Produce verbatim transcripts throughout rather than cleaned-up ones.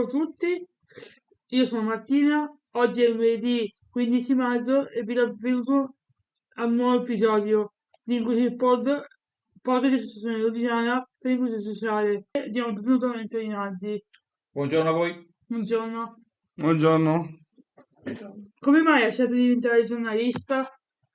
a tutti, io sono Martina, oggi è lunedì quindici maggio e vi do il benvenuto a un nuovo episodio di Inclusive Pod, podcast di Associazione Lodigiana per l'inclusione sociale. E diamo il benvenuto a Antonio Rinaldi. Buongiorno a voi. Buongiorno. Buongiorno. Come mai hai scelto di diventare giornalista?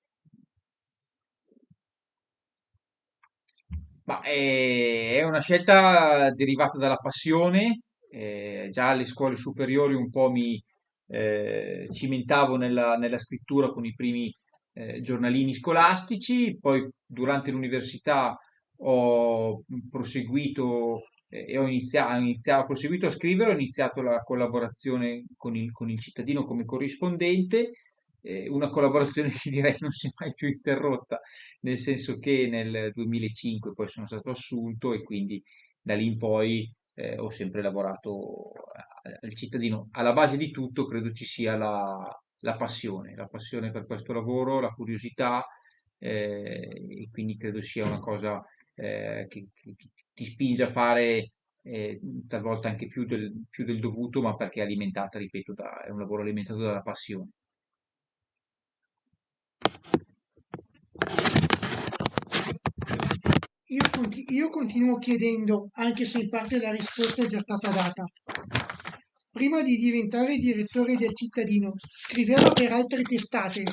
Ma è, è una scelta derivata dalla passione. Eh, già alle scuole superiori un po' mi eh, cimentavo nella, nella scrittura con i primi eh, giornalini scolastici, poi durante l'università ho proseguito eh, e ho iniziato, ho iniziato- ho proseguito a scrivere, ho iniziato la collaborazione con il, con il cittadino come corrispondente, eh, una collaborazione che direi non si è mai più interrotta, nel senso che nel duemilacinque poi sono stato assunto e quindi da lì in poi eh, ho sempre lavorato a- al cittadino. Alla base di tutto credo ci sia la, la passione, la passione per questo lavoro, la curiosità, eh, e quindi credo sia una cosa eh, che, che ti spinge a fare eh, talvolta anche più del, più del dovuto, ma perché è alimentata, ripeto, da, è un lavoro alimentato dalla passione. Io, conti- io continuo chiedendo, anche se in parte la risposta è già stata data. Prima di diventare direttore del cittadino, scriveva per altre testate.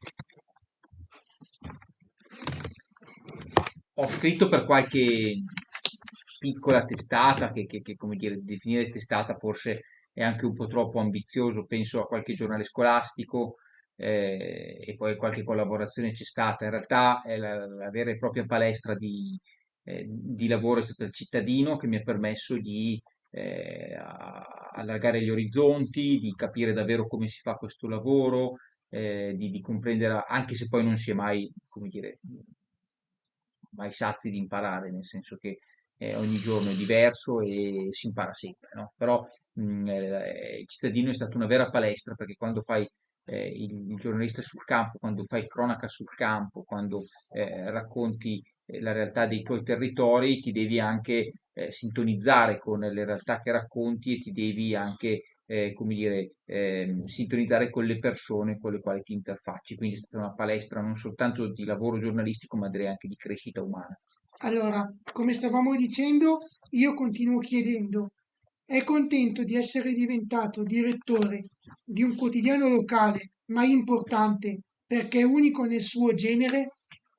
Ho scritto per qualche piccola testata, che, che- che, come dire, definire testata forse è anche un po' troppo ambizioso, penso a qualche giornale scolastico, eh, e poi qualche collaborazione c'è stata. In realtà è la, la vera e propria palestra di, eh, di lavoro è stata il cittadino, che mi ha permesso di eh, a- allargare gli orizzonti, di capire davvero come si fa questo lavoro, eh, di, di comprendere, anche se poi non si è mai, come dire, mai sazi di imparare, nel senso che eh, ogni giorno è diverso e si impara sempre, no? Però mh, eh, il cittadino è stata una vera palestra, perché quando fai eh, il, il giornalista sul campo, quando fai cronaca sul campo, quando eh, racconti eh, la realtà dei tuoi territori, ti devi anche eh, sintonizzare con le realtà che racconti e ti devi anche, eh, come dire, ehm, sintonizzare con le persone con le quali ti interfacci. Quindi è stata una palestra non soltanto di lavoro giornalistico, ma direi anche di crescita umana. Allora, come stavamo dicendo, io continuo chiedendo, è contento di essere diventato direttore di un quotidiano locale, ma importante, perché è unico nel suo genere?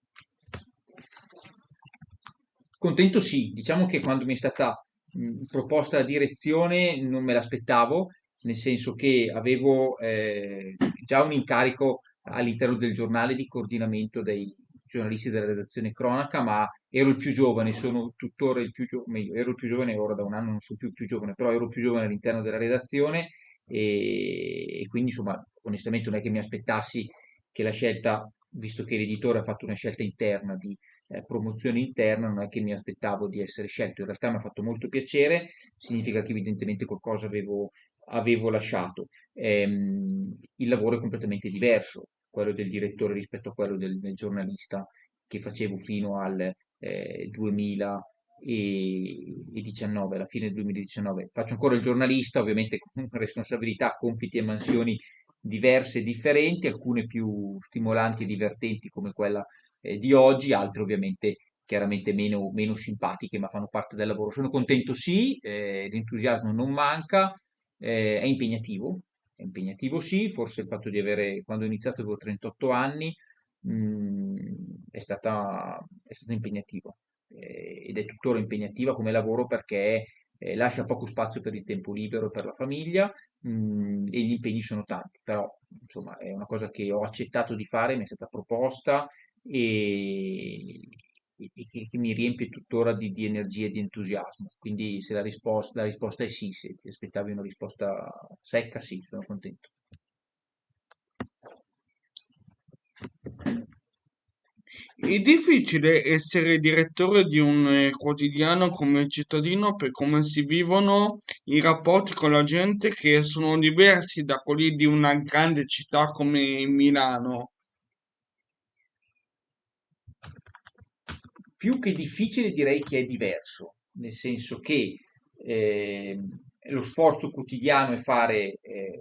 Contento sì, diciamo che quando mi è stata mh, proposta la direzione non me l'aspettavo, nel senso che avevo eh, già un incarico all'interno del giornale di coordinamento dei giornalisti della redazione cronaca, ma ero il più giovane, sono tuttora il più giovane, meglio, ero il più giovane, ora da un anno non sono più il più giovane, però ero il più giovane all'interno della redazione e, e quindi insomma onestamente non è che mi aspettassi che la scelta, visto che l'editore ha fatto una scelta interna di eh, promozione interna, non è che mi aspettavo di essere scelto, in realtà mi ha fatto molto piacere, significa che evidentemente qualcosa avevo, avevo lasciato. Ehm, il lavoro è completamente diverso, quello del direttore rispetto a quello del, del giornalista che facevo fino al eh, duemiladiciannove, alla fine del duemiladiciannove. Faccio ancora il giornalista, ovviamente con responsabilità, compiti e mansioni diverse e differenti, alcune più stimolanti e divertenti come quella eh, di oggi, altre ovviamente chiaramente meno, meno simpatiche, ma fanno parte del lavoro. Sono contento, sì, eh, l'entusiasmo non manca, eh, è impegnativo, è impegnativo sì, forse il fatto di avere, quando ho iniziato avevo trentotto anni, mh, è stata, è stata impegnativa, eh, ed è tuttora impegnativa come lavoro perché eh, lascia poco spazio per il tempo libero e per la famiglia, mh, e gli impegni sono tanti, però insomma è una cosa che ho accettato di fare, mi è stata proposta e, e- e che, che mi riempie tuttora di, di energia e di entusiasmo. Quindi se la risposta, la risposta è sì, se ti aspettavi una risposta secca, sì, sono contento. È difficile essere direttore di un eh, quotidiano come cittadino per come si vivono i rapporti con la gente che sono diversi da quelli di una grande città come Milano. Più che difficile direi che è diverso, nel senso che eh, lo sforzo quotidiano è fare eh,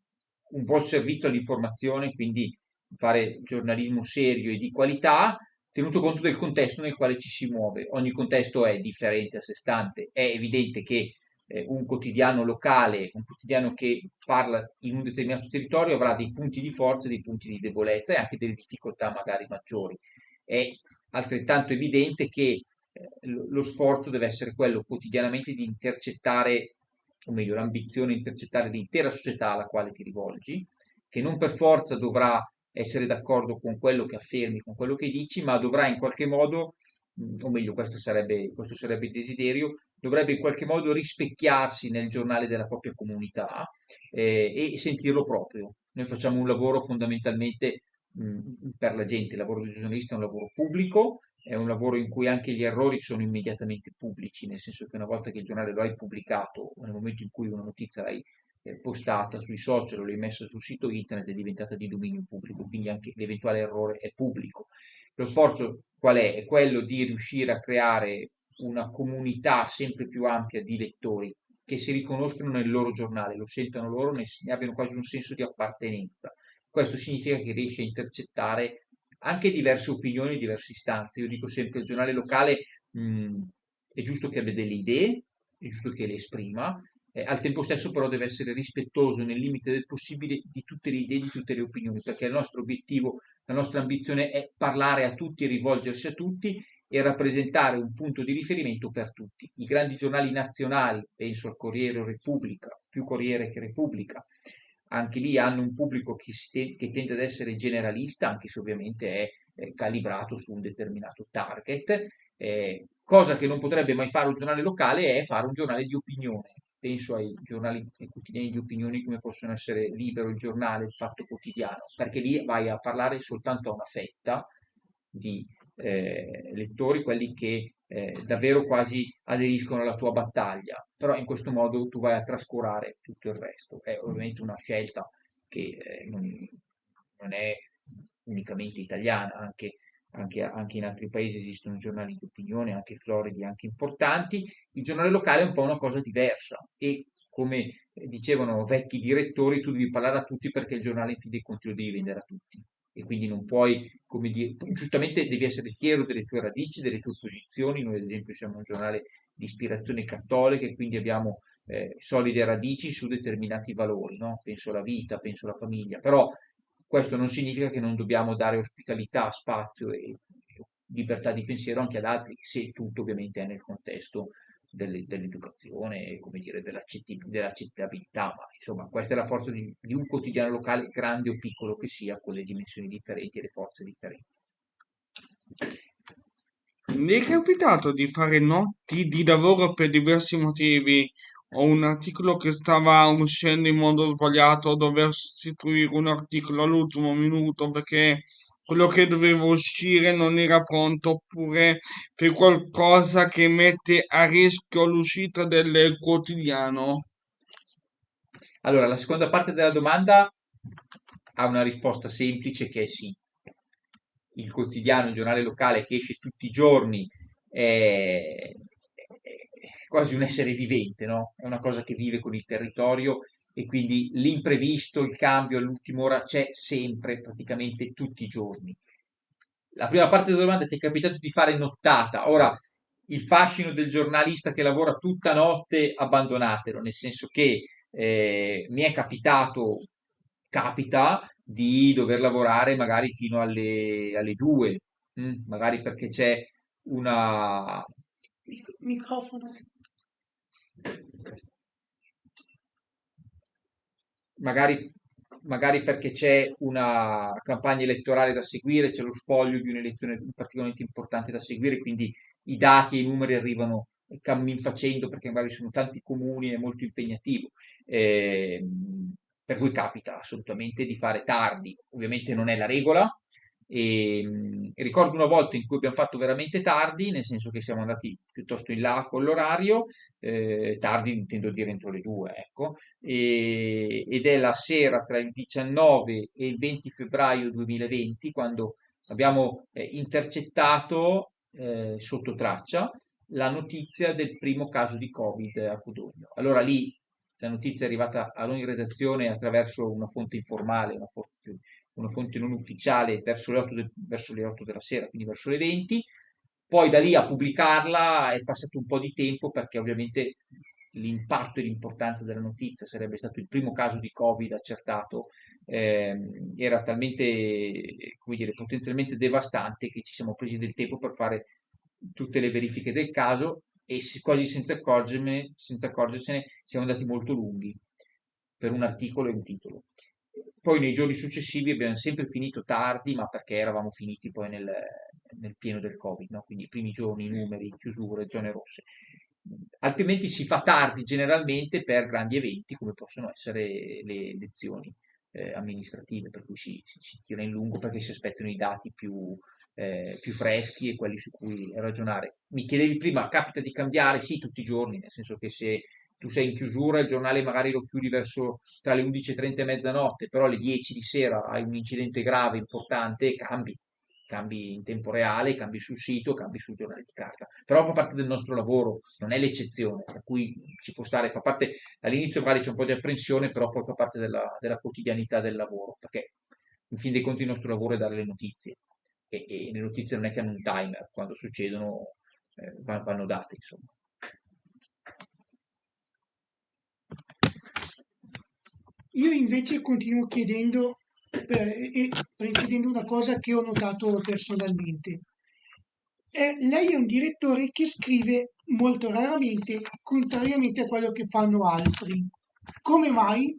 un buon servizio all'informazione, quindi fare giornalismo serio e di qualità, tenuto conto del contesto nel quale ci si muove. Ogni contesto è differente a sé stante. È evidente che eh, un quotidiano locale, un quotidiano che parla in un determinato territorio avrà dei punti di forza e dei punti di debolezza e anche delle difficoltà magari maggiori. È altrettanto evidente che eh, lo, lo sforzo deve essere quello quotidianamente di intercettare, o meglio, l'ambizione di intercettare l'intera società alla quale ti rivolgi, che non per forza dovrà essere d'accordo con quello che affermi, con quello che dici, ma dovrà in qualche modo, mh, o meglio, questo sarebbe, questo sarebbe il desiderio, dovrebbe in qualche modo rispecchiarsi nel giornale della propria comunità eh, e sentirlo proprio. Noi facciamo un lavoro fondamentalmente mh, per la gente, il lavoro di giornalista è un lavoro pubblico, è un lavoro in cui anche gli errori sono immediatamente pubblici, nel senso che una volta che il giornale lo hai pubblicato, o nel momento in cui una notizia l'hai eh, postata sui social o l'hai messa sul sito internet, è diventata di dominio pubblico, quindi anche l'eventuale errore è pubblico. Lo sforzo qual è? È quello di riuscire a creare una comunità sempre più ampia di lettori che si riconoscono nel loro giornale, lo sentono loro, ne, ne abbiano quasi un senso di appartenenza. Questo significa che riesce a intercettare anche diverse opinioni, diverse istanze. Io dico sempre che il giornale locale mh, è giusto che abbia delle idee, è giusto che le esprima, eh, al tempo stesso però deve essere rispettoso nel limite del possibile di tutte le idee, di tutte le opinioni, perché il nostro obiettivo, la nostra ambizione è parlare a tutti, rivolgersi a tutti e rappresentare un punto di riferimento per tutti. I grandi giornali nazionali, penso al Corriere o Repubblica, più Corriere che Repubblica, anche lì hanno un pubblico che, ste- che tende ad essere generalista, anche se ovviamente è eh, calibrato su un determinato target, eh, cosa che non potrebbe mai fare un giornale locale è fare un giornale di opinione. Penso ai giornali ai quotidiani di opinioni come possono essere Libero, il Giornale, il Fatto Quotidiano, perché lì vai a parlare soltanto a una fetta di eh, lettori, quelli che eh, davvero quasi aderiscono alla tua battaglia, però in questo modo tu vai a trascurare tutto il resto. È ovviamente una scelta che eh, non, non è unicamente italiana, anche, anche, anche in altri paesi esistono giornali di opinione, anche floridi, anche importanti. Il giornale locale è un po' una cosa diversa e come dicevano vecchi direttori, tu devi parlare a tutti perché il giornale in fin dei conti lo devi vendere a tutti e quindi non puoi, come dire, giustamente devi essere fiero delle tue radici, delle tue posizioni. Noi ad esempio siamo un giornale di ispirazione cattolica e quindi abbiamo eh, solide radici su determinati valori, no? Penso alla vita, penso alla famiglia, però questo non significa che non dobbiamo dare ospitalità, spazio e libertà di pensiero anche ad altri, se tutto ovviamente è nel contesto delle- dell'educazione e come dire, dell'accetti- dell'accettabilità, ma insomma questa è la forza di, di un quotidiano locale, grande o piccolo che sia, con le dimensioni differenti e le forze differenti. Mi è capitato di fare notti di lavoro per diversi motivi. Ho un articolo che stava uscendo in modo sbagliato, ho dover sostituire un articolo all'ultimo minuto perché quello che doveva uscire non era pronto, oppure per qualcosa che mette a rischio l'uscita del quotidiano. Allora, la seconda parte della domanda ha una risposta semplice che è sì. Il quotidiano, il giornale locale che esce tutti i giorni è, è quasi un essere vivente, no? È una cosa che vive con il territorio e quindi l'imprevisto, il cambio all'ultima ora c'è sempre, praticamente tutti i giorni. La prima parte della domanda ti è capitato di fare nottata. Ora, il fascino del giornalista che lavora tutta notte, abbandonatelo, nel senso che eh, mi è capitato, capita di dover lavorare magari fino alle, alle due, mm, magari perché c'è una, Mic- microfono. magari, magari perché c'è una campagna elettorale da seguire, c'è lo spoglio di un'elezione particolarmente importante da seguire, quindi i dati e i numeri arrivano cammin facendo perché magari sono tanti comuni, è molto impegnativo. Eh, per cui capita assolutamente di fare tardi, ovviamente non è la regola. E, mh, e ricordo una volta in cui abbiamo fatto veramente tardi, nel senso che siamo andati piuttosto in là con l'orario, eh, tardi intendo dire entro le due, ecco, e- ed è la sera tra il diciannove e il venti febbraio duemilaventi quando abbiamo eh, intercettato eh, sotto traccia la notizia del primo caso di Covid a Codogno. Allora lì la notizia è arrivata a noi in redazione attraverso una fonte informale, una fonte, una fonte non ufficiale verso le otto, de- verso le otto della sera, quindi verso le venti. Poi da lì a pubblicarla è passato un po' di tempo perché ovviamente l'impatto e l'importanza della notizia sarebbe stato il primo caso di Covid accertato, ehm, era talmente, come dire, potenzialmente devastante che ci siamo presi del tempo per fare tutte le verifiche del caso e si- quasi senza accorgermene- senza accorgersene siamo andati molto lunghi per un articolo e un titolo. Poi nei giorni successivi abbiamo sempre finito tardi, ma perché eravamo finiti poi nel, nel pieno del Covid, no? Quindi i primi giorni, numeri, chiusure, zone rosse. Altrimenti si fa tardi generalmente per grandi eventi come possono essere le elezioni eh, amministrative, per cui si, si- si tira in lungo perché si aspettano i dati più, eh, più freschi e quelli su cui ragionare. Mi chiedevi prima, capita di cambiare? Sì, tutti i giorni, nel senso che se tu sei in chiusura, il giornale magari lo chiudi verso tra le undici e trenta e mezzanotte, però alle dieci di sera hai un incidente grave, importante, cambi, cambi in tempo reale, cambi sul sito, cambi sul giornale di carta. Però fa parte del nostro lavoro, non è l'eccezione, per cui ci può stare, fa parte, all'inizio magari c'è un po' di apprensione, però poi fa parte della, della quotidianità del lavoro, perché in fin dei conti il nostro lavoro è dare le notizie e, e le notizie non è che hanno un timer, quando succedono eh, vanno date, insomma. Io invece continuo chiedendo per- e richiedendo una cosa che ho notato personalmente. Eh, lei è un direttore che scrive molto raramente, contrariamente a quello che fanno altri. Come mai?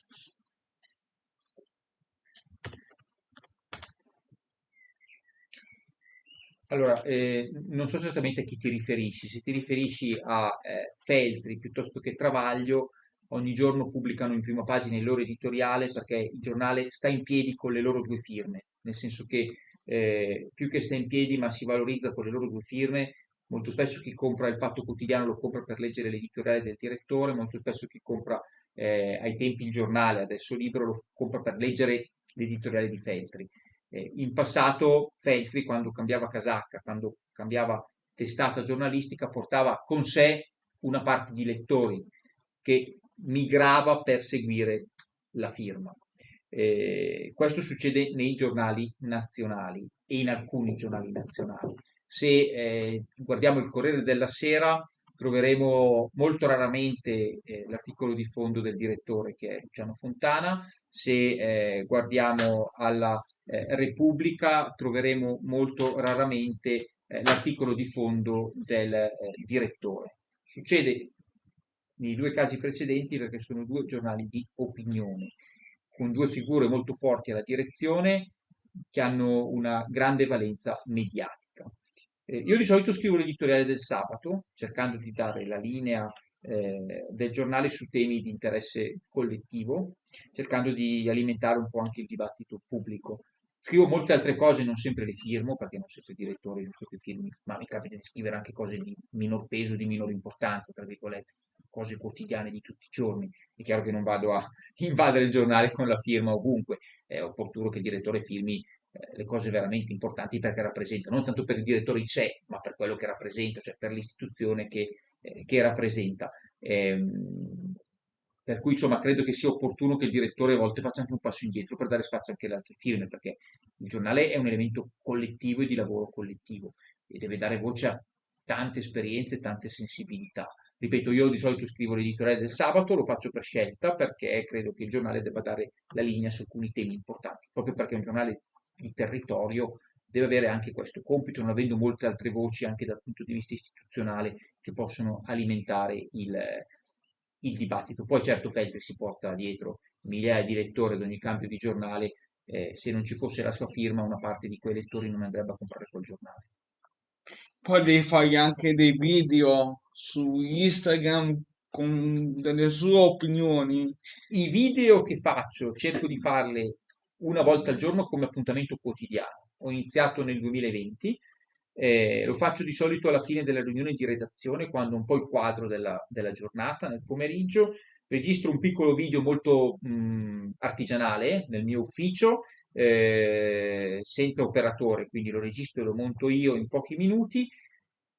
Allora, eh, non so esattamente a chi ti riferisci, se ti riferisci a eh, Feltri piuttosto che Travaglio, ogni giorno pubblicano in prima pagina il loro editoriale perché il giornale sta in piedi con le loro due firme, nel senso che eh, più che sta in piedi ma si valorizza con le loro due firme, molto spesso chi compra il Fatto Quotidiano lo compra per leggere l'editoriale del direttore, molto spesso chi compra eh, ai tempi il giornale, adesso libero, lo compra per leggere l'editoriale di Feltri. Eh, in passato Feltri, quando cambiava casacca, quando cambiava testata giornalistica, portava con sé una parte di lettori che migrava per seguire la firma. Eh, questo succede nei giornali nazionali e in alcuni giornali nazionali. Se eh, guardiamo il Corriere della Sera, troveremo molto raramente eh, l'articolo di fondo del direttore che è Luciano Fontana. Se eh, guardiamo alla eh, Repubblica, troveremo molto raramente eh, l'articolo di fondo del eh, direttore. Succede nei due casi precedenti perché sono due giornali di opinione, con due figure molto forti alla direzione che hanno una grande valenza mediatica. Eh, io di solito scrivo l'editoriale del sabato, cercando di dare la linea eh, del giornale su temi di interesse collettivo, cercando di alimentare un po' anche il dibattito pubblico. Scrivo molte altre cose, non sempre le firmo, perché non sempre il direttore è giusto che firmi, ma mi capita di scrivere anche cose di minor peso, di minore importanza, tra virgolette, cose quotidiane di tutti i giorni. È chiaro che non vado a invadere il giornale con la firma ovunque, è opportuno che il direttore firmi eh, le cose veramente importanti perché rappresenta, non tanto per il direttore in sé, ma per quello che rappresenta, cioè per l'istituzione che, eh, che rappresenta. Ehm, per cui insomma credo che sia opportuno che il direttore a volte faccia anche un passo indietro per dare spazio anche alle altre firme, perché il giornale è un elemento collettivo e di lavoro collettivo e deve dare voce a tante esperienze, tante sensibilità. Ripeto, io di solito scrivo l'editoriale del sabato, lo faccio per scelta perché credo che il giornale debba dare la linea su alcuni temi importanti, proprio perché un giornale di territorio deve avere anche questo compito, non avendo molte altre voci anche dal punto di vista istituzionale che possono alimentare il, il dibattito. Poi certo Feltri si porta dietro migliaia di lettori ad ogni cambio di giornale, eh, se non ci fosse la sua firma una parte di quei lettori non andrebbe a comprare quel giornale. Poi devi fare anche dei video su Instagram con delle sue opinioni. I video che faccio cerco di farle una volta al giorno come appuntamento quotidiano. Ho iniziato nel duemilaventi, eh, lo faccio di solito alla fine della riunione di redazione, quando ho un po' il quadro della, della giornata, nel pomeriggio, registro un piccolo video molto mh, artigianale nel mio ufficio, eh, senza operatore, quindi lo registro e lo monto io in pochi minuti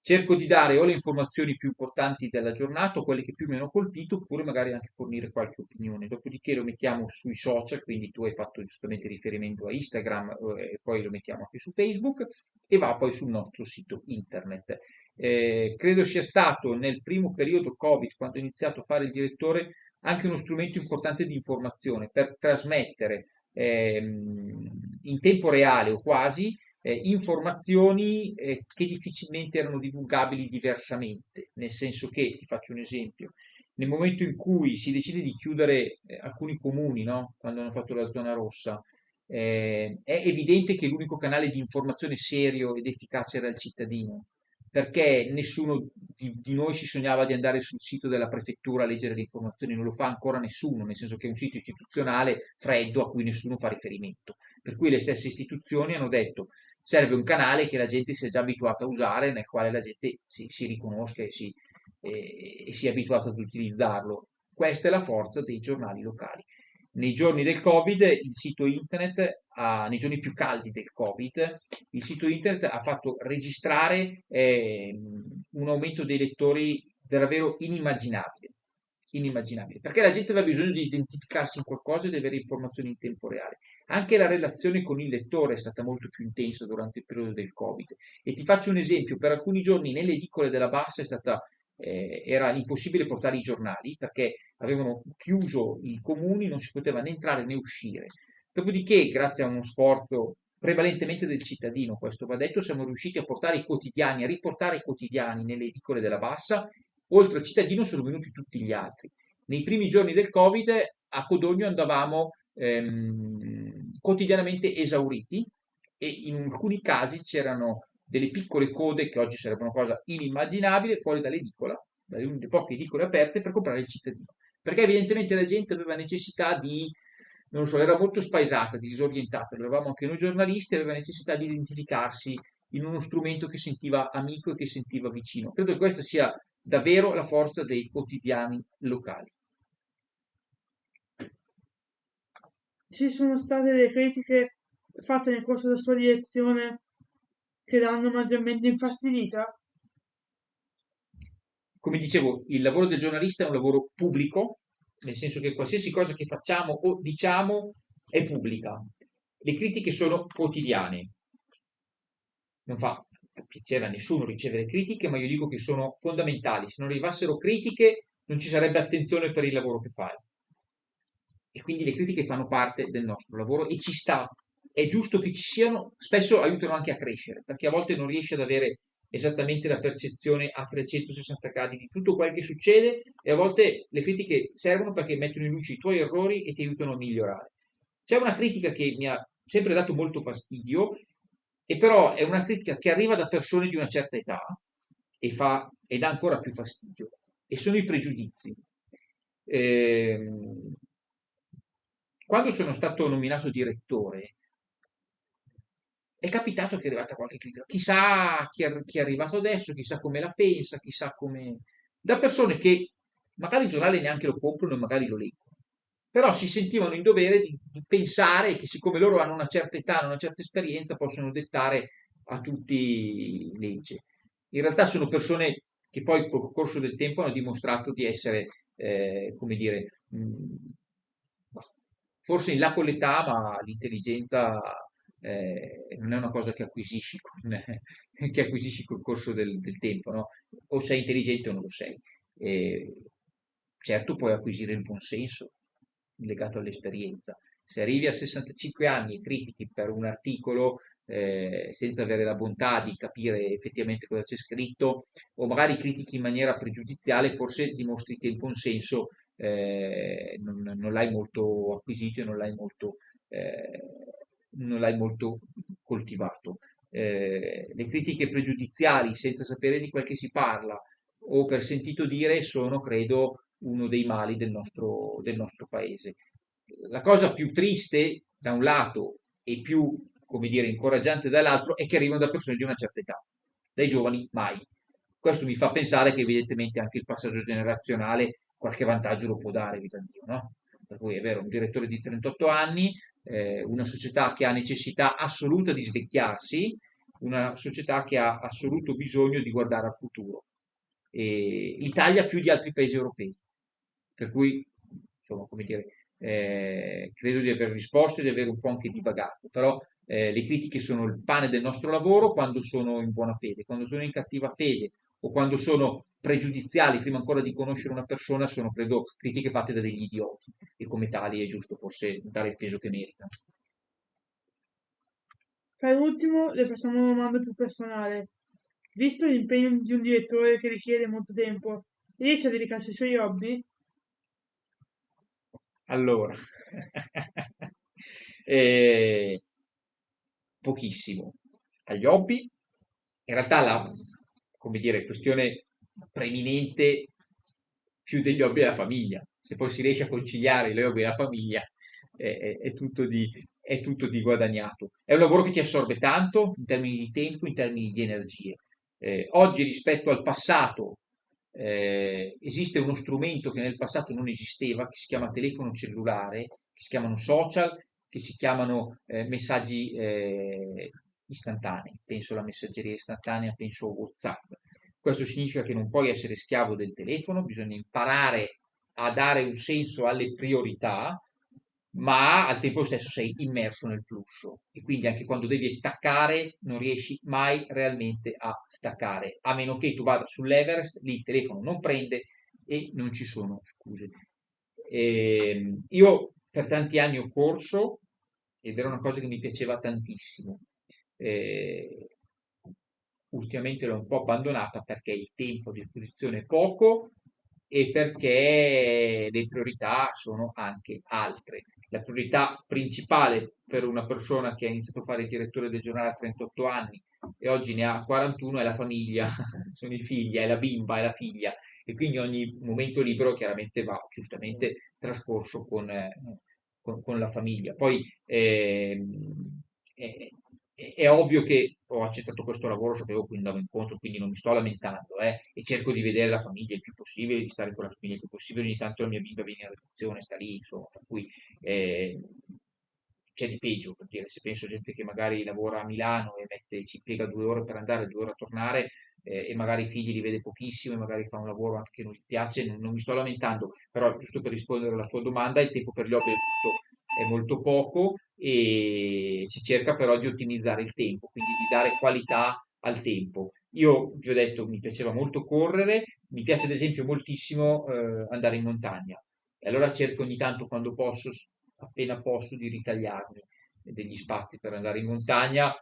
cerco di dare o le informazioni più importanti della giornata o quelle che più mi hanno colpito, oppure magari anche fornire qualche opinione. Dopodiché lo mettiamo sui social, quindi tu hai fatto giustamente riferimento a Instagram, eh, e poi lo mettiamo anche su Facebook e va poi sul nostro sito internet. Eh, credo sia stato nel primo periodo Covid, quando ho iniziato a fare il direttore, anche uno strumento importante di informazione per trasmettere ehm, in tempo reale o quasi eh, informazioni eh, che difficilmente erano divulgabili diversamente, nel senso che, ti faccio un esempio, nel momento in cui si decide di chiudere eh, alcuni comuni, no? Quando hanno fatto la zona rossa, eh, è evidente che l'unico canale di informazione serio ed efficace era il cittadino, perché nessuno di, di noi si sognava di andare sul sito della prefettura a leggere le informazioni, non lo fa ancora nessuno, nel senso che è un sito istituzionale freddo a cui nessuno fa riferimento. Per cui le stesse istituzioni hanno detto serve un canale che la gente sia già abituata a usare, nel quale la gente si, si riconosca e si, e, e sia abituata ad utilizzarlo. Questa è la forza dei giornali locali. Nei giorni del Covid, il sito internet, ha, nei giorni più caldi del Covid, il sito internet ha fatto registrare eh, un aumento dei lettori davvero inimmaginabile. Inimmaginabile, perché la gente aveva bisogno di identificarsi in qualcosa e di avere informazioni in tempo reale. Anche la relazione con il lettore è stata molto più intensa durante il periodo del Covid. E ti faccio un esempio: per alcuni giorni nelle edicole della Bassa è stata, eh, era impossibile portare i giornali perché avevano chiuso i comuni, non si poteva né entrare né uscire. Dopodiché, grazie a uno sforzo prevalentemente del cittadino, questo va detto, siamo riusciti a portare i quotidiani, a riportare i quotidiani nelle edicole della Bassa. Oltre al cittadino sono venuti tutti gli altri. Nei primi giorni del Covid a Codogno andavamo ehm, quotidianamente esauriti e in alcuni casi c'erano delle piccole code che oggi sarebbero una cosa inimmaginabile fuori dall'edicola, dalle une delle poche edicole aperte per comprare il cittadino. Perché evidentemente la gente aveva necessità di, non lo so, era molto spaesata, disorientata, lo avevamo anche noi giornalisti, aveva necessità di identificarsi in uno strumento che sentiva amico e che sentiva vicino. Credo che questa sia davvero la forza dei quotidiani locali. Ci sono state delle critiche fatte nel corso della sua direzione che l'hanno maggiormente infastidita? Come dicevo, il lavoro del giornalista è un lavoro pubblico, nel senso che qualsiasi cosa che facciamo o diciamo è pubblica. Le critiche sono quotidiane. Non fa piacere a nessuno ricevere critiche, ma io dico che sono fondamentali. Se non arrivassero critiche, non ci sarebbe attenzione per il lavoro che fai. E quindi le critiche fanno parte del nostro lavoro e ci sta, è giusto che ci siano, spesso aiutano anche a crescere, perché a volte non riesci ad avere esattamente la percezione a trecentosessanta gradi di tutto quel che succede e a volte le critiche servono perché mettono in luce i tuoi errori e ti aiutano a migliorare. C'è una critica che mi ha sempre dato molto fastidio, e però è una critica che arriva da persone di una certa età e, fa, e dà ancora più fastidio, e sono i pregiudizi. Ehm, quando sono stato nominato direttore, è capitato che è arrivata qualche critica. Chissà chi è, chi è arrivato adesso, chissà come la pensa, chissà come... Da persone che magari il giornale neanche lo comprano e magari lo leggono. Però si sentivano in dovere di, di pensare che siccome loro hanno una certa età, hanno una certa esperienza, possono dettare a tutti legge. In realtà sono persone che poi col corso del tempo hanno dimostrato di essere, eh, come dire, mh, forse in là con l'età, ma l'intelligenza eh, non è una cosa che acquisisci con, che acquisisci col corso del, del tempo, no? O sei intelligente o non lo sei. E certo puoi acquisire il buonsenso legato all'esperienza. Se arrivi a sessantacinque anni e critichi per un articolo eh, senza avere la bontà di capire effettivamente cosa c'è scritto, o magari critichi in maniera pregiudiziale, forse dimostri che il buonsenso eh, non, non l'hai molto acquisito e non l'hai molto, eh, non l'hai molto coltivato. Eh, le critiche pregiudiziali senza sapere di quel che si parla o per sentito dire sono, credo, uno dei mali del nostro, del nostro paese. La cosa più triste da un lato e più, come dire, incoraggiante dall'altro è che arrivano da persone di una certa età, dai giovani mai. Questo mi fa pensare che evidentemente anche il passaggio generazionale qualche vantaggio lo può dare, vita Dio, no? Per cui è vero, un direttore di trentotto anni, eh, una società che ha necessità assoluta di svecchiarsi, una società che ha assoluto bisogno di guardare al futuro. E l'Italia più di altri paesi europei. Per cui, insomma, come dire, eh, credo di aver risposto e di aver un po' anche divagato, però eh, le critiche sono il pane del nostro lavoro quando sono in buona fede, quando sono in cattiva fede o quando sono pregiudiziali prima ancora di conoscere una persona, sono, credo, critiche fatte da degli idioti e come tali è giusto forse dare il peso che meritano. Per ultimo, le facciamo una domanda più personale. Visto l'impegno di un direttore che richiede molto tempo, riesce a dedicarsi ai suoi hobby? Allora, eh, pochissimo. Agli hobby, in realtà la, come dire, questione preminente più degli hobby è la famiglia. Se poi si riesce a conciliare gli hobby e la famiglia, è, è- è tutto di, è tutto di guadagnato. È un lavoro che ti assorbe tanto in termini di tempo, in termini di energie. Eh, oggi rispetto al passato eh, esiste uno strumento che nel passato non esisteva, che si chiama telefono cellulare, che si chiamano social, che si chiamano eh, messaggi eh, istantanei. Penso alla messaggeria istantanea, penso a WhatsApp. Questo significa che non puoi essere schiavo del telefono, bisogna imparare a dare un senso alle priorità, ma al tempo stesso sei immerso nel flusso e quindi anche quando devi staccare non riesci mai realmente a staccare, a meno che tu vada sull'Everest, lì il telefono non prende e non ci sono scuse. Ehm, io per tanti anni ho corso ed era una cosa che mi piaceva tantissimo. Eh, ultimamente l'ho un po' abbandonata perché il tempo a disposizione è poco e perché le priorità sono anche altre. La priorità principale per una persona che ha iniziato a fare il direttore del giornale a trentotto anni e oggi ne ha quarantuno è la famiglia, sono i figli, è la bimba, è la figlia e quindi ogni momento libero chiaramente va giustamente trascorso con, eh, con, con la famiglia. Poi ehm, è, è- è ovvio che ho accettato questo lavoro, sapevo che andavo incontro, quindi non mi sto lamentando, eh, e cerco di vedere la famiglia il più possibile, di stare con la famiglia il più possibile. Ogni tanto la mia bimba viene in redazione, sta lì, insomma, per cui eh, c'è di peggio, per dire, se penso a gente che magari lavora a Milano e mette, ci impiega due ore per andare, due ore a tornare, eh, e magari i figli li vede pochissimo e magari fa un lavoro anche che non gli piace, non, non mi sto lamentando, però giusto per rispondere alla tua domanda, il tempo per gli hobby è molto, è molto poco e si cerca però di ottimizzare il tempo, quindi di dare qualità al tempo. Io vi ho detto, mi piaceva molto correre, mi piace ad esempio moltissimo eh, andare in montagna e allora cerco ogni tanto quando posso, appena posso, di ritagliarmi degli spazi per andare in montagna,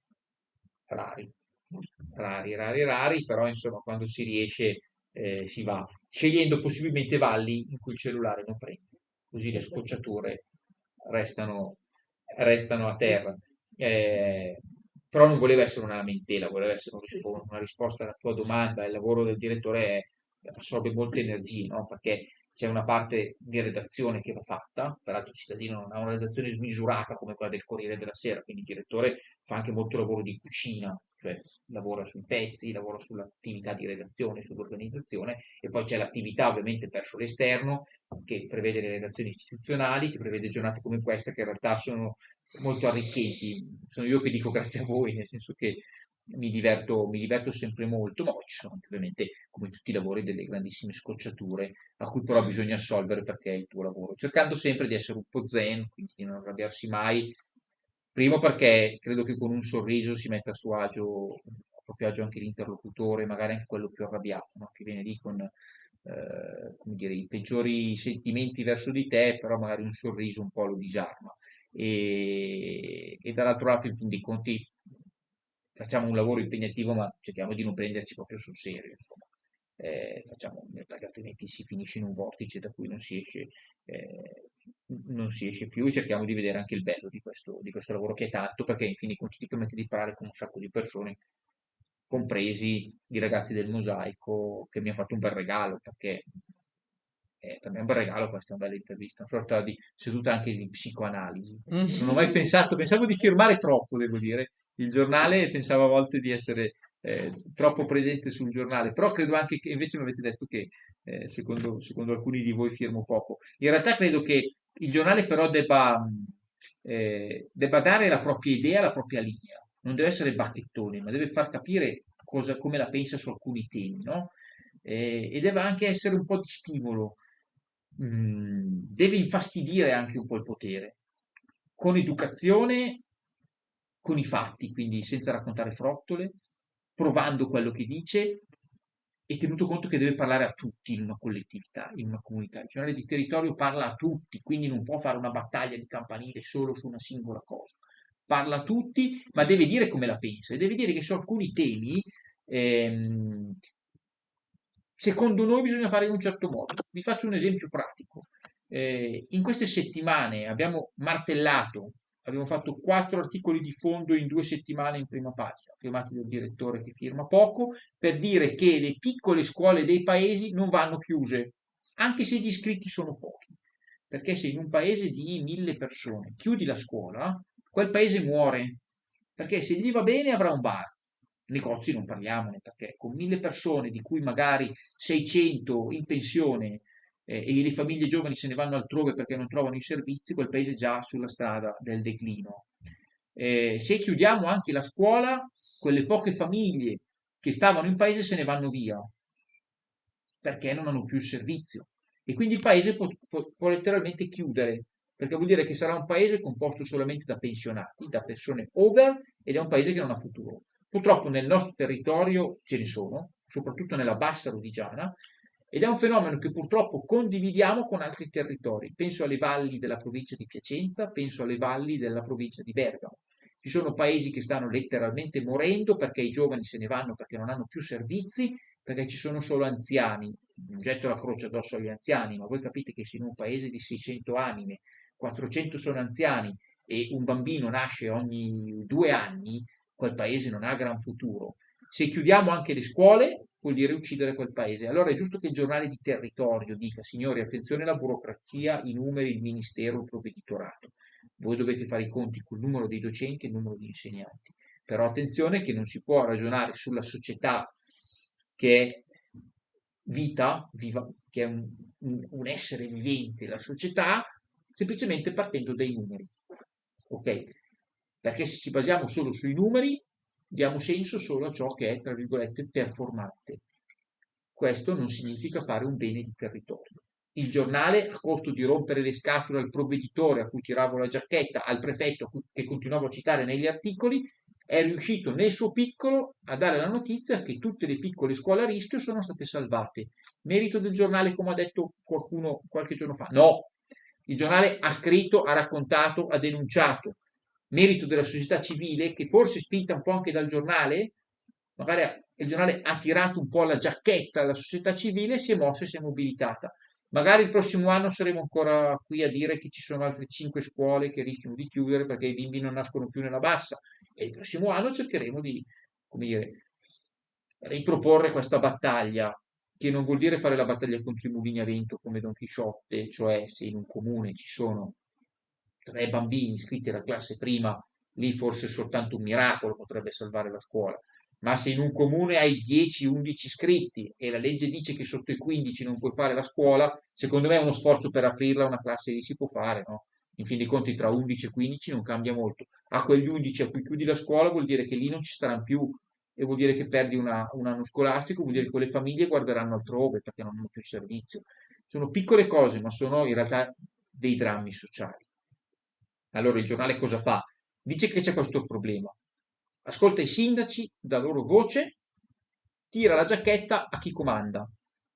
rari, rari, rari, rari, però insomma quando si riesce eh, si va, scegliendo possibilmente valli in cui il cellulare non prende, così le scocciature restano, restano a terra. Eh, però non voleva essere una lamentela, voleva essere un rispo- una risposta alla tua domanda. Il lavoro del direttore è- assorbe molte energie, no? Perché c'è una parte di redazione che va fatta, peraltro il cittadino non ha una redazione smisurata come quella del Corriere della Sera, quindi il direttore fa anche molto lavoro di cucina, cioè lavora sui pezzi, lavora sull'attività di redazione, sull'organizzazione e poi c'è l'attività ovviamente verso l'esterno che prevede le relazioni istituzionali, che prevede giornate come questa che in realtà sono molto arricchenti. Sono io che dico grazie a voi, nel senso che mi diverto, mi diverto sempre molto, ma poi ci sono anche, ovviamente, come tutti i lavori, delle grandissime scocciature a cui però bisogna assolvere perché è il tuo lavoro, cercando sempre di essere un po' zen, quindi di non arrabbiarsi mai. Primo perché credo che con un sorriso si metta a suo agio, a proprio agio anche l'interlocutore, magari anche quello più arrabbiato, no? Che viene lì con eh, come dire, i peggiori sentimenti verso di te, però magari un sorriso un po' lo disarma. E, e dall'altro lato, in fin dei conti, facciamo un lavoro impegnativo, ma cerchiamo di non prenderci proprio sul serio, insomma. Eh, facciamo, perché altrimenti si finisce in un vortice da cui non si esce, eh, non si esce più e cerchiamo di vedere anche il bello di questo, di questo lavoro che è tanto, perché in fin dei conti ti permette di parlare con un sacco di persone, compresi i ragazzi del Mosaico, che mi hanno fatto un bel regalo, perché eh, per me è un bel regalo questa, è una bella intervista, una sorta di seduta anche di psicoanalisi. Non ho mai pensato, pensavo di firmare troppo, devo dire, il giornale e pensavo a volte di essere eh, troppo presente sul giornale, però credo anche che invece mi avete detto che eh, secondo, secondo alcuni di voi firmo poco. In realtà credo che il giornale però debba, mh, eh, debba dare la propria idea, la propria linea. non deve essere bacchettone, ma deve far capire cosa, come la pensa su alcuni temi, no? Eh, e deve anche essere un po' di stimolo. Mm, deve infastidire anche un po' il potere, con educazione, con i fatti, quindi senza raccontare frottole, provando quello che dice e tenuto conto che deve parlare a tutti in una collettività, in una comunità. Il giornale di territorio parla a tutti, quindi non può fare una battaglia di campanile solo su una singola cosa. Parla a tutti, ma deve dire come la pensa e deve dire che su alcuni temi ehm, secondo noi bisogna fare in un certo modo. Vi faccio un esempio pratico. Eh, in queste settimane abbiamo martellato, abbiamo fatto quattro articoli di fondo in due settimane in prima pagina, firmati dal direttore che firma poco, per dire che le piccole scuole dei paesi non vanno chiuse, anche se gli iscritti sono pochi. Perché se in un paese di mille persone chiudi la scuola, quel paese muore. Perché se gli va bene avrà un bar, negozi non parliamone, perché con mille persone, di cui magari seicento in pensione, eh, e le famiglie giovani se ne vanno altrove perché non trovano i servizi, quel paese è già sulla strada del declino. Eh, se chiudiamo anche la scuola, quelle poche famiglie che stavano in paese se ne vanno via perché non hanno più il servizio. E quindi il paese può, può- può letteralmente chiudere, perché vuol dire che sarà un paese composto solamente da pensionati, da persone over, ed è un paese che non ha futuro. Purtroppo nel nostro territorio ce ne sono, soprattutto nella bassa rodigiana, ed è un fenomeno che purtroppo condividiamo con altri territori. Penso alle valli della provincia di Piacenza, penso alle valli della provincia di Bergamo. Ci sono paesi che stanno letteralmente morendo perché i giovani se ne vanno perché non hanno più servizi, perché ci sono solo anziani. Non getto la croce addosso agli anziani, ma voi capite che se in un paese di seicento anime, quattrocento sono anziani e un bambino nasce ogni due anni, quel paese non ha gran futuro. Se chiudiamo anche le scuole, vuol dire uccidere quel paese. Allora è giusto che il giornale di territorio dica, signori, attenzione alla burocrazia, i numeri, il ministero, il provveditorato. Voi dovete fare i conti col numero dei docenti e il numero di insegnanti. Però attenzione che non si può ragionare sulla società che è vita, viva, che è un, un- un essere vivente, la società, semplicemente partendo dai numeri. Ok? Perché se ci basiamo solo sui numeri, diamo senso solo a ciò che è, tra virgolette, performante. Questo non significa fare un bene di territorio. Il giornale, a costo di rompere le scatole al provveditore a cui tiravo la giacchetta, al prefetto che continuavo a citare negli articoli, è riuscito nel suo piccolo a dare la notizia che tutte le piccole scuole a rischio sono state salvate. Merito del giornale, come ha detto qualcuno qualche giorno fa? No. Il giornale ha scritto, ha raccontato, ha denunciato. Merito della società civile che forse spinta un po' anche dal giornale, magari il giornale ha tirato un po' la giacchetta alla società civile, si è mossa e si è mobilitata. Magari il prossimo anno saremo ancora qui a dire che ci sono altre cinque scuole che rischiano di chiudere perché i bimbi non nascono più nella bassa e il prossimo anno cercheremo di, come dire, riproporre questa battaglia, che non vuol dire fare la battaglia contro i mulini a vento come Don Chisciotte, cioè se in un comune ci sono tre bambini iscritti alla classe prima, lì forse soltanto un miracolo potrebbe salvare la scuola. Ma se in un comune hai dieci undici iscritti e la legge dice che sotto i quindici non puoi fare la scuola, secondo me uno sforzo per aprirla una classe lì si può fare, no? In fin dei conti tra undici e quindici non cambia molto. A quegli undici a cui chiudi la scuola vuol dire che lì non ci staranno più e vuol dire che perdi una- un anno scolastico, vuol dire che quelle famiglie guarderanno altrove perché non hanno più il servizio. Sono piccole cose, ma sono in realtà dei drammi sociali. Allora il giornale cosa fa? Dice che c'è questo problema. Ascolta i sindaci, dà loro voce, tira la giacchetta a chi comanda.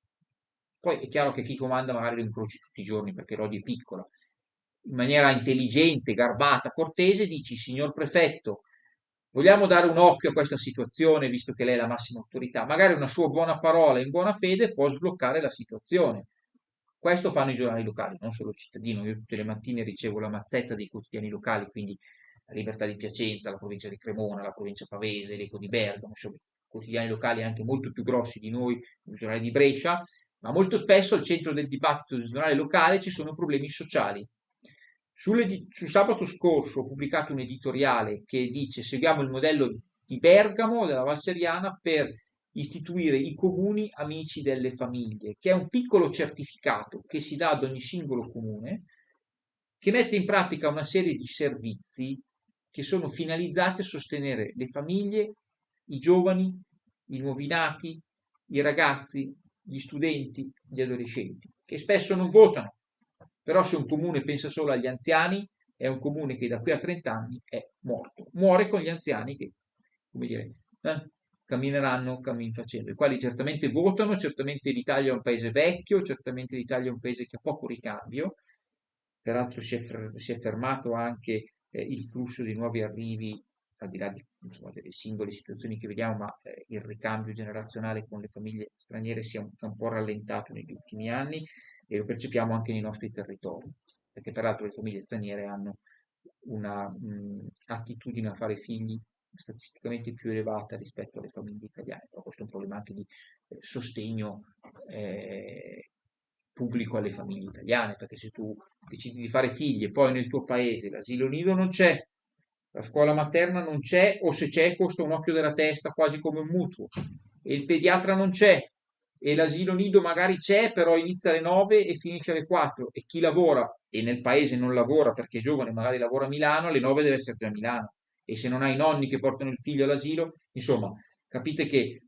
Poi è chiaro che chi comanda magari lo incroci tutti i giorni perché Lodi è piccola. In maniera intelligente, garbata, cortese, dici, signor prefetto, vogliamo dare un occhio a questa situazione, visto che lei è la massima autorità. Magari una sua buona parola in buona fede può sbloccare la situazione. Questo fanno i giornali locali, non solo il cittadino. Io tutte le mattine ricevo la mazzetta dei quotidiani locali, quindi la Libertà di Piacenza, la provincia di Cremona, la provincia pavese, l'Eco di Bergamo, insomma, quotidiani locali anche molto più grossi di noi, il giornale di Brescia, ma molto spesso al centro del dibattito del giornale locale ci sono problemi sociali. Sull'edi- Su sabato scorso ho pubblicato un editoriale che dice seguiamo il modello di Bergamo, della Valseriana, per istituire i comuni amici delle famiglie, che è un piccolo certificato che si dà ad ogni singolo comune, che mette in pratica una serie di servizi che sono finalizzati a sostenere le famiglie, i giovani, i nuovi nati, i ragazzi, gli studenti, gli adolescenti, che spesso non votano. Però se un comune pensa solo agli anziani, è un comune che da qui a trenta anni è morto. Muore con gli anziani che, come dire, eh, cammineranno cammin facendo, i quali certamente votano, certamente l'Italia è un paese vecchio, certamente l'Italia è un paese che ha poco ricambio, peraltro si è, fer- si è fermato anche eh, il flusso di nuovi arrivi, al di là di, insomma, delle singole situazioni che vediamo, ma eh, il ricambio generazionale con le famiglie straniere si è un, è un po' rallentato negli ultimi anni e lo percepiamo anche nei nostri territori, perché peraltro le famiglie straniere hanno una mh, attitudine a fare figli statisticamente più elevata rispetto alle famiglie italiane, però questo è un problema anche di eh, sostegno eh, pubblico alle famiglie italiane, perché se tu decidi di fare figli e poi nel tuo paese l'asilo nido non c'è, la scuola materna non c'è, o se c'è costa un occhio della testa quasi come un mutuo, e il pediatra non c'è, e l'asilo nido magari c'è, però inizia alle nove e finisce alle quattro, e chi lavora e nel paese non lavora perché è giovane, magari lavora a Milano, alle nove deve essere già a Milano, e se non hai nonni che portano il figlio all'asilo, insomma, capite che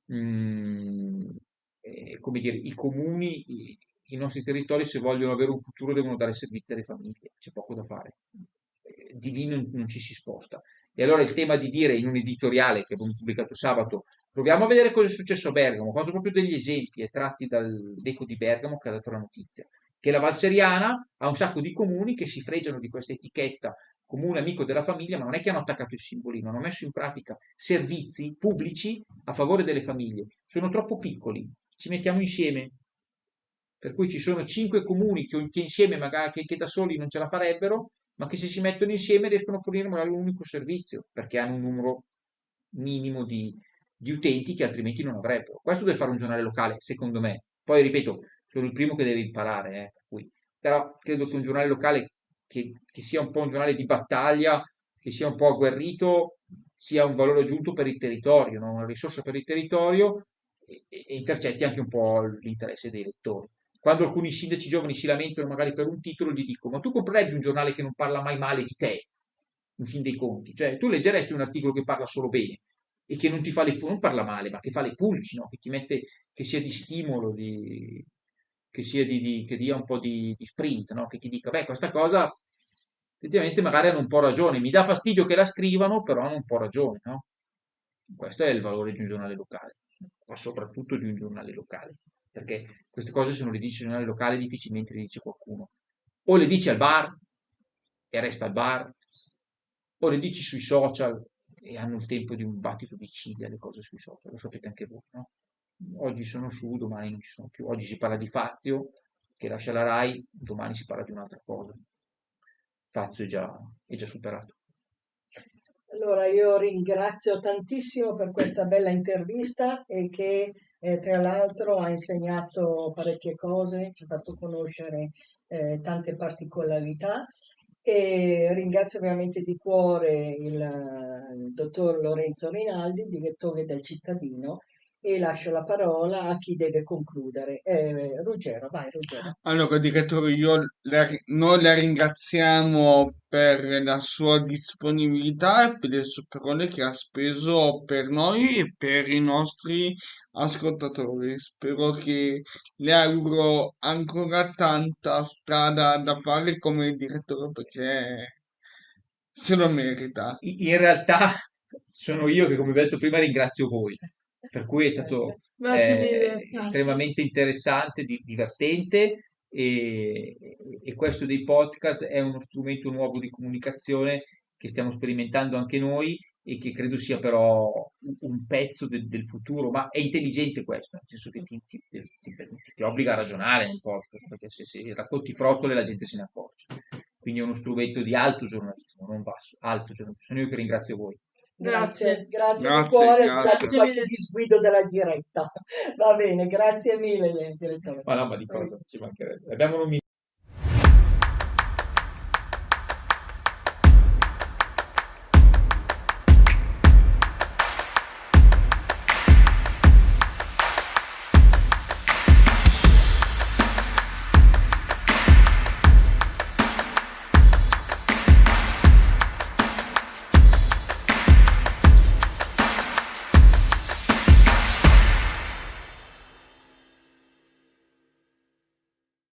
mm, eh, come dire, i comuni, i, i nostri territori, se vogliono avere un futuro, devono dare servizi alle famiglie, c'è poco da fare. Eh, Di lì non, non ci si sposta. E allora il tema di dire in un editoriale che abbiamo pubblicato sabato, proviamo a vedere cosa è successo a Bergamo, ho fatto proprio degli esempi tratti dall'Eco di Bergamo che ha dato la notizia, che la Val Seriana ha un sacco di comuni che si fregiano di questa etichetta comune amico della famiglia, ma non è che hanno attaccato il simbolino, hanno messo in pratica servizi pubblici a favore delle famiglie. Sono troppo piccoli, ci mettiamo insieme. Per cui ci sono cinque comuni che, che insieme, magari che, che da soli non ce la farebbero, ma che se si mettono insieme riescono a fornire magari un unico servizio, perché hanno un numero minimo di, di utenti che altrimenti non avrebbero. Questo deve fare un giornale locale, secondo me. Poi, ripeto, sono il primo che deve imparare, eh, per cui. Però credo che un giornale locale che, che sia un po' un giornale di battaglia, che sia un po' agguerrito, sia un valore aggiunto per il territorio, no? Una risorsa per il territorio e, e intercetti anche un po' l'interesse dei lettori. Quando alcuni sindaci giovani si lamentano magari per un titolo, gli dico: ma tu comprerebbe un giornale che non parla mai male di te, in fin dei conti? Cioè, tu leggeresti un articolo che parla solo bene e che non ti fa le non parla male, ma che fa le pulci, no? Che ti mette, che sia di stimolo, di, che sia di, di- che dia un po' di, di sprint, no? Che ti dica, beh, questa cosa effettivamente magari hanno un po' ragione, mi dà fastidio che la scrivano, però hanno un po' ragione, no? Questo è il valore di un giornale locale, ma soprattutto di un giornale locale, perché queste cose se non le dice il giornale locale difficilmente le dice qualcuno. O le dici al bar e resta al bar, o le dici sui social e hanno il tempo di un battito di ciglia le cose sui social, lo sapete anche voi, no? Oggi sono su, domani non ci sono più. Oggi si parla di Fazio, che lascia la Rai, domani si parla di un'altra cosa. Fazio è già, è già superato. Allora, io ringrazio tantissimo per questa bella intervista e che eh, tra l'altro ha insegnato parecchie cose, ci ha fatto conoscere eh, tante particolarità e ringrazio veramente di cuore il, il dottor Lorenzo Rinaldi, direttore del Cittadino, e lascio la parola a chi deve concludere. Eh, Ruggero, vai Ruggero. Allora, direttore, io la ri- noi la ringraziamo per la sua disponibilità e per le sue parole che ha speso per noi e per i nostri ascoltatori. Spero che le auguro ancora tanta strada da fare come direttore perché se lo merita. In realtà sono io che, come vi ho detto prima, ringrazio voi, per cui è stato Grazie eh, mille. estremamente interessante, di- divertente e, e questo dei podcast è uno strumento nuovo di comunicazione che stiamo sperimentando anche noi e che credo sia però un un pezzo del, del futuro, ma è intelligente questo, nel senso che ti, ti- ti- ti- ti obbliga a ragionare nel podcast, perché se, se racconti frottole la gente se ne accorge. Quindi è uno strumento di alto giornalismo, non basso, alto giornalismo. Sono io che ringrazio voi. Grazie, Grazie. grazie di Grazie, cuore, al di là di grazie. Grazie qualche mille. disguido della diretta. Va bene, grazie mille, direttore. Ma no, ma di cosa ci mancherebbe? Abbiamo nominato